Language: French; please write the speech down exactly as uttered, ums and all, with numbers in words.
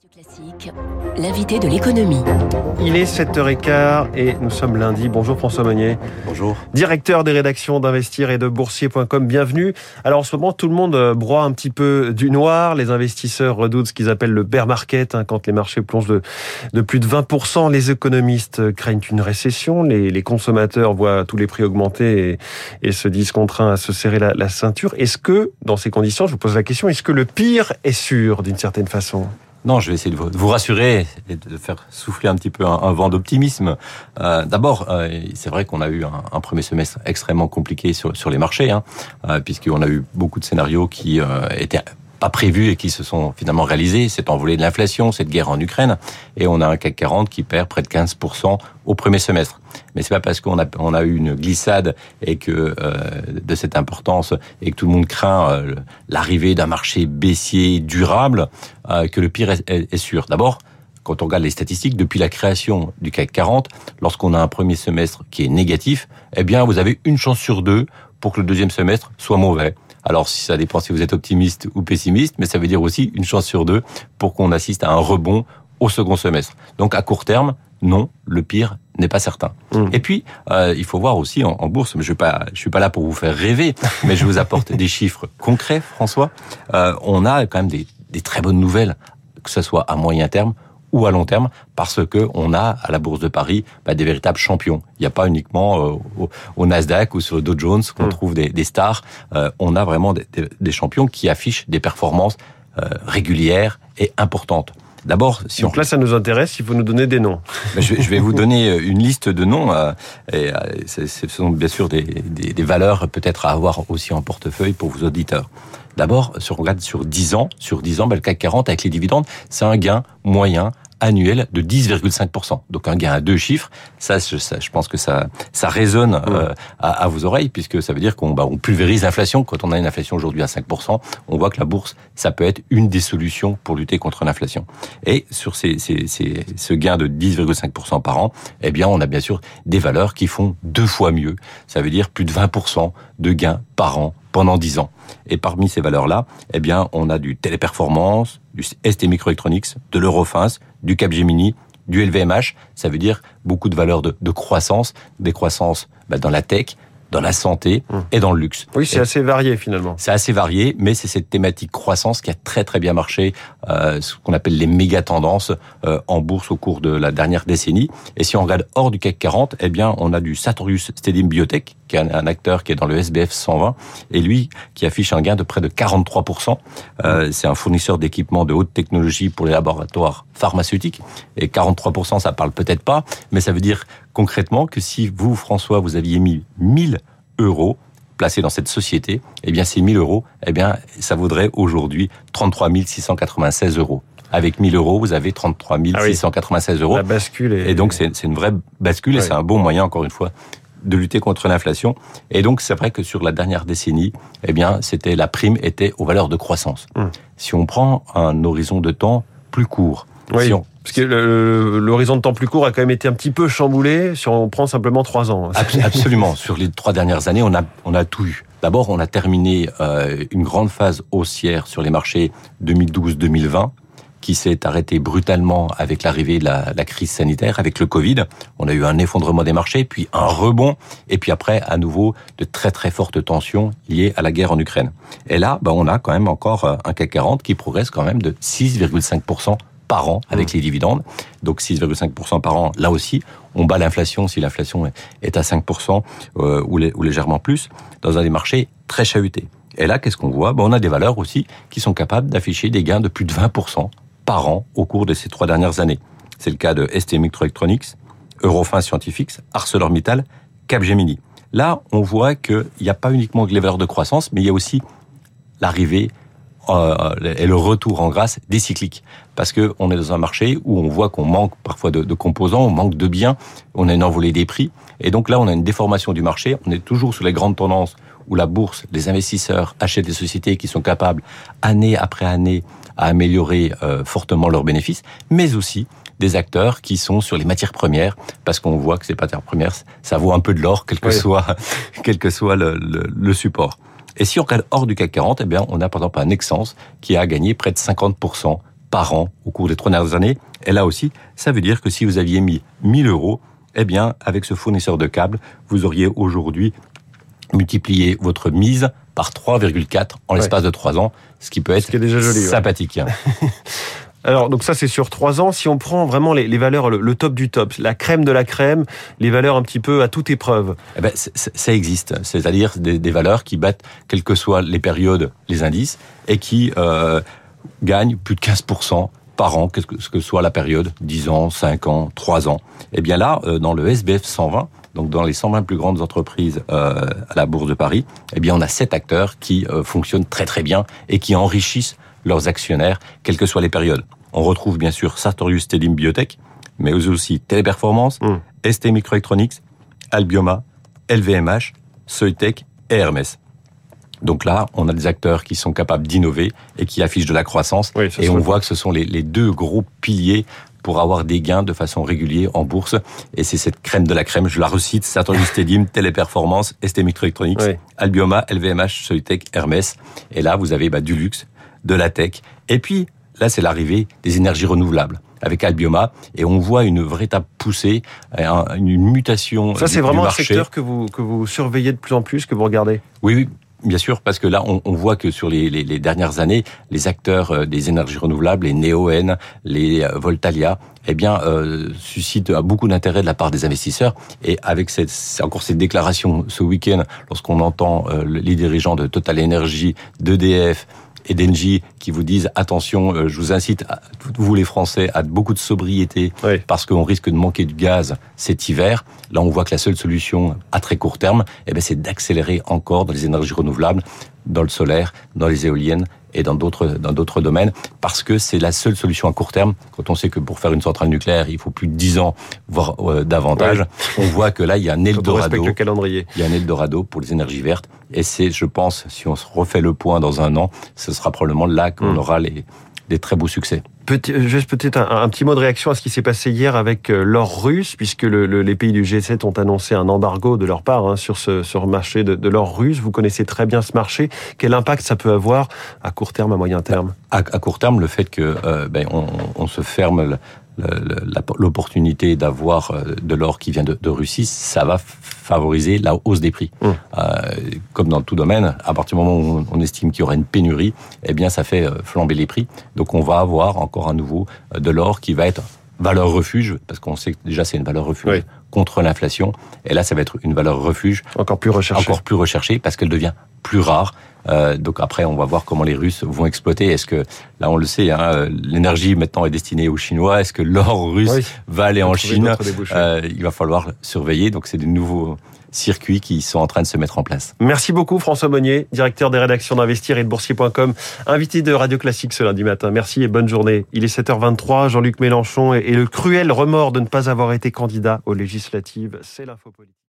Classique, l'invité de l'économie. Il est sept heures quinze et nous sommes lundi. Bonjour François Meunier. Bonjour. Directeur des rédactions d'Investir et de Boursier point com, bienvenue. Alors en ce moment, tout le monde broie un petit peu du noir. Les investisseurs redoutent ce qu'ils appellent le bear market, hein, quand les marchés plongent de, de plus de vingt pour cent. Les économistes craignent une récession. Les, les consommateurs voient tous les prix augmenter et, et se disent contraints à se serrer la, la ceinture. Est-ce que, dans ces conditions, je vous pose la question, est-ce que le pire est sûr d'une certaine façon ? Non, je vais essayer de vous, de vous rassurer et de faire souffler un petit peu un, un vent d'optimisme. Euh, d'abord, euh, c'est vrai qu'on a eu un, un premier semestre extrêmement compliqué sur, sur les marchés, hein, euh, puisqu'on a eu beaucoup de scénarios qui euh, étaient pas prévus et qui se sont finalement réalisés. Cet envolé de l'inflation, cette guerre en Ukraine, et on a un C A C quarante qui perd près de quinze pour cent au premier semestre. Mais c'est pas parce qu'on a on a eu une glissade et que euh, de cette importance et que tout le monde craint euh, l'arrivée d'un marché baissier durable euh, que le pire est, est, est sûr. D'abord, quand on regarde les statistiques, depuis la création du C A C quarante, lorsqu'on a un premier semestre qui est négatif, eh bien vous avez une chance sur deux pour que le deuxième semestre soit mauvais. Alors, si ça dépend si vous êtes optimiste ou pessimiste, mais ça veut dire aussi une chance sur deux pour qu'on assiste à un rebond au second semestre. Donc, à court terme, non, le pire n'est pas certain. Mmh. Et puis, euh, il faut voir aussi en, en bourse, mais je ne suis pas là pour vous faire rêver, mais je vous apporte des chiffres concrets, François. Euh, on a quand même des, des très bonnes nouvelles, que ce soit à moyen terme ou à long terme, parce que on a à la Bourse de Paris bah, des véritables champions. Il n'y a pas uniquement euh, au, au Nasdaq ou sur le Dow Jones qu'on mmh. trouve des, des stars. Euh, on a vraiment des, des, des champions qui affichent des performances euh, régulières et importantes. D'abord, si donc on... là, ça nous intéresse. Il faut nous donner des noms. Je vais, je vais vous donner une liste de noms. Euh, et, euh, ce sont bien sûr des, des, des valeurs peut-être à avoir aussi en portefeuille pour vos auditeurs. D'abord, si on regarde sur dix ans, sur dix ans, ben, le C A C quarante avec les dividendes, c'est un gain moyen annuel de dix virgule cinq pour cent. Donc un gain à deux chiffres, ça, je, ça, je pense que ça, ça résonne euh, à, à vos oreilles, puisque ça veut dire qu'on bah, on pulvérise l'inflation. Quand on a une inflation aujourd'hui à cinq pour cent, on voit que la bourse, ça peut être une des solutions pour lutter contre l'inflation. Et sur ces, ces, ces, ce gain de dix virgule cinq pour cent par an, eh bien, on a bien sûr des valeurs qui font deux fois mieux. Ça veut dire plus de vingt pour cent de gains par an pendant dix ans. Et parmi ces valeurs-là, eh bien, on a du Téléperformance, du S T Microelectronics, de l'Eurofins, du Capgemini, du L V M H. Ça veut dire beaucoup de valeurs de, de croissance, des croissances bah, dans la tech, dans la santé mmh. et dans le luxe. Oui, c'est et assez varié finalement. C'est assez varié, mais c'est cette thématique croissance qui a très très bien marché, euh, ce qu'on appelle les méga tendances euh, en bourse au cours de la dernière décennie. Et si on regarde hors du C A C quarante, eh bien on a du Sartorius Stedim Biotech, qui est un, un acteur qui est dans le S B F cent vingt, et lui qui affiche un gain de près de quarante-trois pour cent. Euh, c'est un fournisseur d'équipements de haute technologie pour les laboratoires pharmaceutiques. Et quarante-trois pour cent, ça parle peut-être pas, mais ça veut dire concrètement que si vous, François, vous aviez mis mille euros placés dans cette société, eh bien ces mille euros, eh bien ça vaudrait aujourd'hui trente-trois mille six cent quatre-vingt-seize euros. Avec mille euros, vous avez trente-trois mille six cent quatre-vingt-seize euros. La bascule est... Et donc c'est, c'est une vraie bascule et oui. C'est un bon moyen, encore une fois, de lutter contre l'inflation. Et donc c'est vrai que sur la dernière décennie, eh bien c'était la prime était aux valeurs de croissance. Hum. Si on prend un horizon de temps plus court, oui. si on Parce que le, l'horizon de temps plus court a quand même été un petit peu chamboulé si on prend simplement trois ans. Absolument. Sur les trois dernières années, on a, on a tout eu. D'abord, on a terminé euh, une grande phase haussière sur les marchés deux mille douze deux mille vingt, qui s'est arrêtée brutalement avec l'arrivée de la, la crise sanitaire, avec le Covid. On a eu un effondrement des marchés, puis un rebond, et puis après, à nouveau, de très très fortes tensions liées à la guerre en Ukraine. Et là, ben, on a quand même encore un C A C quarante qui progresse quand même de six virgule cinq pour cent par an avec mmh. les dividendes. Donc six virgule cinq pour cent par an, là aussi, on bat l'inflation si l'inflation est à cinq pour cent euh, ou, lé- ou légèrement plus, dans un des marchés très chahutés. Et là, qu'est-ce qu'on voit ? Ben, on a des valeurs aussi qui sont capables d'afficher des gains de plus de vingt pour cent par an au cours de ces trois dernières années. C'est le cas de S T Microelectronics, Eurofins Scientifics, ArcelorMittal, Capgemini. Là, on voit qu'il n'y a pas uniquement les valeurs de croissance, mais il y a aussi l'arrivée euh, et le retour en grâce des cycliques. Parce que on est dans un marché où on voit qu'on manque parfois de, de composants, on manque de biens, on a une envolée des prix. Et donc là, on a une déformation du marché. On est toujours sur les grandes tendances où la bourse, les investisseurs achètent des sociétés qui sont capables, année après année, à améliorer euh, fortement leurs bénéfices, mais aussi des acteurs qui sont sur les matières premières, parce qu'on voit que ces matières premières, ça vaut un peu de l'or, quel que oui. soit, quel que soit le, le, le support. Et si on regarde hors du C A C quarante, eh bien, on a par exemple un Nexans qui a gagné près de cinquante pour cent par an au cours des trois dernières années. Et là aussi, ça veut dire que si vous aviez mis mille euros, eh bien, avec ce fournisseur de câbles, vous auriez aujourd'hui multiplié votre mise par trois virgule quatre en l'espace ouais. de trois ans, ce qui peut être ce qui est déjà joli, sympathique. Ouais. Alors, donc ça, c'est sur trois ans. Si on prend vraiment les, les valeurs, le, le top du top, la crème de la crème, les valeurs un petit peu à toute épreuve. Eh ben, ça existe. C'est-à-dire des, des valeurs qui battent, quelles que soient les périodes, les indices, et qui euh, gagnent plus de quinze pour cent par an, que, que ce soit la période, dix ans, cinq ans, trois ans. Eh bien là, euh, dans le S B F cent vingt, donc dans les cent vingt plus grandes entreprises euh, à la Bourse de Paris, eh bien on a sept acteurs qui euh, fonctionnent très très bien et qui enrichissent leurs actionnaires, quelles que soient les périodes. On retrouve bien sûr Sartorius Tedim Biotech, mais aussi Téléperformance, mmh. S T Microelectronics, Albioma, L V M H, Soitec et Hermès. Donc là, on a des acteurs qui sont capables d'innover et qui affichent de la croissance. Oui, et on voit bien. que ce sont les, les deux gros piliers pour avoir des gains de façon régulière en bourse. Et c'est cette crème de la crème, je la recite, Sartorius Tedim, Téléperformance, S T Microelectronics, oui. Albioma, L V M H, Soitec, Hermès. Et là, vous avez bah, du luxe, de la tech. Et puis, là, c'est l'arrivée des énergies renouvelables avec Albioma, et on voit une véritable poussée, une mutation. Ça, c'est vraiment un secteur que vous que vous surveillez de plus en plus, que vous regardez. Oui, oui. Bien sûr, parce que là, on, on voit que sur les, les, les dernières années, les acteurs des énergies renouvelables, les Neoen, les Voltalia, eh bien, euh, suscitent beaucoup d'intérêt de la part des investisseurs. Et avec cette, c'est encore cette déclaration ce week-end, lorsqu'on entend euh, les dirigeants de Total Energy, d'E D F et d'Engie qui vous disent attention, euh, je vous incite, à, vous les Français, à beaucoup de sobriété, oui. parce qu'on risque de manquer de gaz cet hiver. Là, on voit que la seule solution à très court terme, eh ben, c'est d'accélérer encore dans les énergies renouvelables, dans le solaire, dans les éoliennes et dans d'autres dans d'autres domaines, parce que c'est la seule solution à court terme. Quand on sait que pour faire une centrale nucléaire, il faut plus de dix ans, voire euh, davantage, oui. on voit que là, il y a un Eldorado. Le calendrier. Il y a un Eldorado pour les énergies vertes. Et c'est, je pense, si on se refait le point dans un an, ce sera probablement là qu'on mmh. aura les, des très beaux succès. Petit, juste peut-être un, un petit mot de réaction à ce qui s'est passé hier avec l'or russe, puisque le, le, les pays du G sept ont annoncé un embargo de leur part hein, sur ce sur le marché de, de l'or russe. Vous connaissez très bien ce marché. Quel impact ça peut avoir à court terme, à moyen terme ? À, à court terme, le fait que euh, ben, on, on se ferme le, le, l'opportunité d'avoir de l'or qui vient de, de Russie, ça va favoriser la hausse des prix. Mmh. Euh, comme dans tout domaine, à partir du moment où on estime qu'il y aura une pénurie, eh bien ça fait flamber les prix. Donc on va avoir encore à nouveau de l'or qui va être valeur refuge, parce qu'on sait que déjà c'est une valeur refuge oui. contre l'inflation. Et là, ça va être une valeur refuge encore plus recherchée, encore plus recherchée parce qu'elle devient plus rare. Euh, donc après, on va voir comment les Russes vont exploiter. Est-ce que, là on le sait, hein, l'énergie maintenant est destinée aux Chinois. Est-ce que l'or russe oui. va aller en Chine ? euh, Il va falloir surveiller. Donc c'est des nouveaux circuits qui sont en train de se mettre en place. Merci beaucoup François Monnier, directeur des rédactions d'Investir et de Boursier point com, invité de Radio Classique ce lundi matin. Merci et bonne journée. Il est sept heures vingt-trois, Jean-Luc Mélenchon et le cruel remords de ne pas avoir été candidat aux législatives. C'est l'info politique.